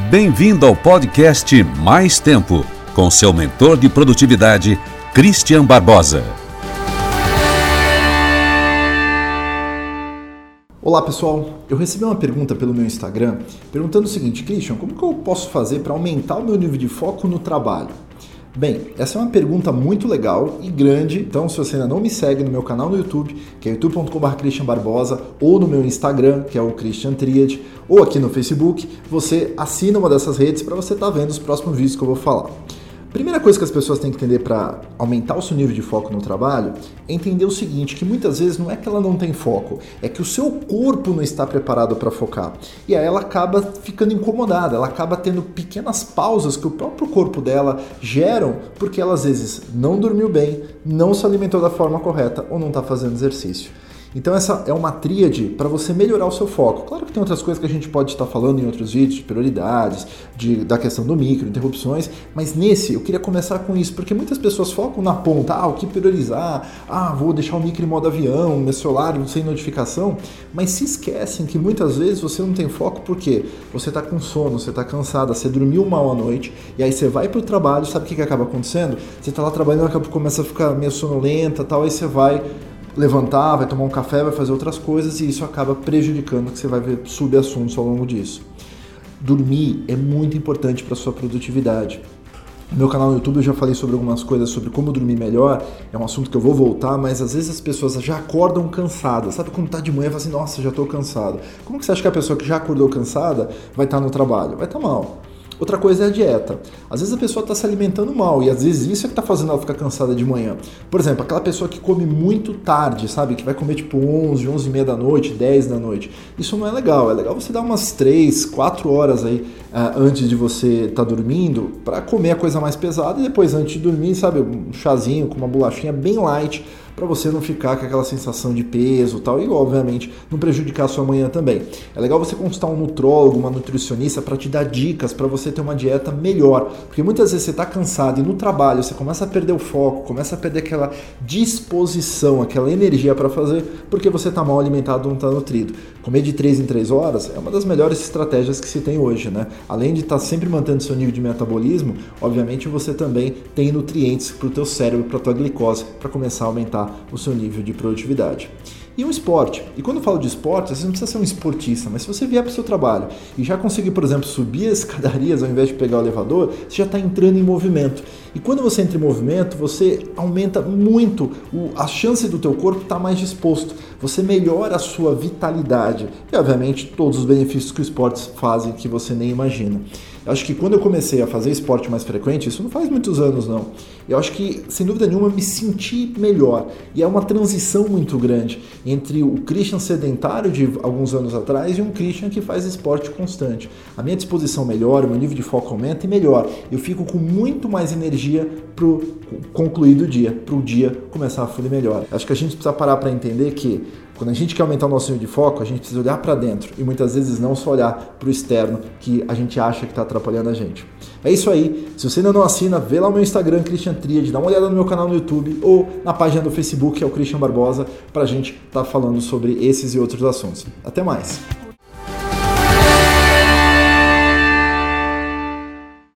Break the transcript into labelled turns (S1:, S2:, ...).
S1: Bem-vindo ao podcast Mais Tempo, com seu mentor de produtividade, Christian Barbosa.
S2: Olá pessoal, eu recebi uma pergunta pelo meu Instagram perguntando o seguinte: Christian, como que eu posso fazer para aumentar o meu nível de foco no trabalho? Bem, essa é uma pergunta muito legal e grande, então se você ainda não me segue no meu canal no YouTube, que é youtube.com/Christian Barbosa, ou no meu Instagram, que é o Christian Triad, ou aqui no Facebook, você assina uma dessas redes para você estar vendo os próximos vídeos que eu vou falar. Primeira coisa que as pessoas têm que entender para aumentar o seu nível de foco no trabalho é entender o seguinte, que muitas vezes não é que ela não tem foco, é que o seu corpo não está preparado para focar. E aí ela acaba ficando incomodada, ela acaba tendo pequenas pausas que o próprio corpo dela geram porque ela às vezes não dormiu bem, não se alimentou da forma correta ou não está fazendo exercício. Então essa é uma tríade para você melhorar o seu foco. Claro que tem outras coisas que a gente pode estar falando em outros vídeos, de prioridades, da questão do micro, interrupções, mas nesse eu queria começar com isso, porque muitas pessoas focam na ponta, o que priorizar, vou deixar o micro em modo avião, meu celular sem notificação, mas se esquecem que muitas vezes você não tem foco porque você está com sono, você está cansada, você dormiu mal à noite, e aí você vai para o trabalho, sabe o que acaba acontecendo? Você está lá trabalhando, começa a ficar meio sonolenta, tal, aí você vai levantar, vai tomar um café, vai fazer outras coisas e isso acaba prejudicando, que você vai ver subassuntos ao longo disso. Dormir é muito importante para a sua produtividade. No meu canal no YouTube eu já falei sobre algumas coisas sobre como dormir melhor, é um assunto que eu vou voltar, mas às vezes as pessoas já acordam cansadas, sabe quando tá de manhã e fala assim, nossa, já tô cansado. Como que você acha que a pessoa que já acordou cansada vai estar no trabalho? Vai estar mal. Outra coisa é a dieta. Às vezes a pessoa está se alimentando mal e às vezes isso é que está fazendo ela ficar cansada de manhã. Por exemplo, aquela pessoa que come muito tarde, sabe? Que vai comer tipo 11, 11h30 da noite, 10 da noite. Isso não é legal. É legal você dar umas 3, 4 horas aí antes de você estar dormindo para comer a coisa mais pesada e depois antes de dormir, sabe? Um chazinho com uma bolachinha bem light para você não ficar com aquela sensação de peso e tal, e obviamente não prejudicar a sua manhã também. É legal você consultar um nutrólogo, uma nutricionista para te dar dicas para você ter uma dieta melhor, porque muitas vezes você está cansado e no trabalho você começa a perder o foco, começa a perder aquela disposição, aquela energia para fazer, porque você está mal alimentado, não está nutrido. Comer de 3 em 3 horas é uma das melhores estratégias que se tem hoje, né? Além de estar sempre mantendo seu nível de metabolismo, obviamente você também tem nutrientes para o teu cérebro, para a tua glicose, para começar a aumentar o seu nível de produtividade. E um esporte. E quando eu falo de esporte, você não precisa ser um esportista, mas se você vier para o seu trabalho e já conseguir, por exemplo, subir as escadarias ao invés de pegar o elevador, você já está entrando em movimento. E quando você entra em movimento, você aumenta muito a chance do teu corpo estar mais disposto. Você melhora a sua vitalidade e, obviamente, todos os benefícios que o esporte fazem que você nem imagina. Eu acho que quando eu comecei a fazer esporte mais frequente, isso não faz muitos anos não, eu acho que, sem dúvida nenhuma, me senti melhor. E é uma transição muito grande entre o Christian sedentário de alguns anos atrás e um Christian que faz esporte constante. A minha disposição melhora, o meu nível de foco aumenta e melhora. Eu fico com muito mais energia para o concluir do dia, para o dia começar a fluir melhor. Acho que a gente precisa parar para entender que quando a gente quer aumentar o nosso nível de foco, a gente precisa olhar para dentro e muitas vezes não só olhar para o externo que a gente acha que está atrapalhando a gente. É isso aí. Se você ainda não assina, vê lá o meu Instagram, Christian Triad, dá uma olhada no meu canal no YouTube ou na página do Facebook, que é o Christian Barbosa, para a gente estar falando sobre esses e outros assuntos. Até mais!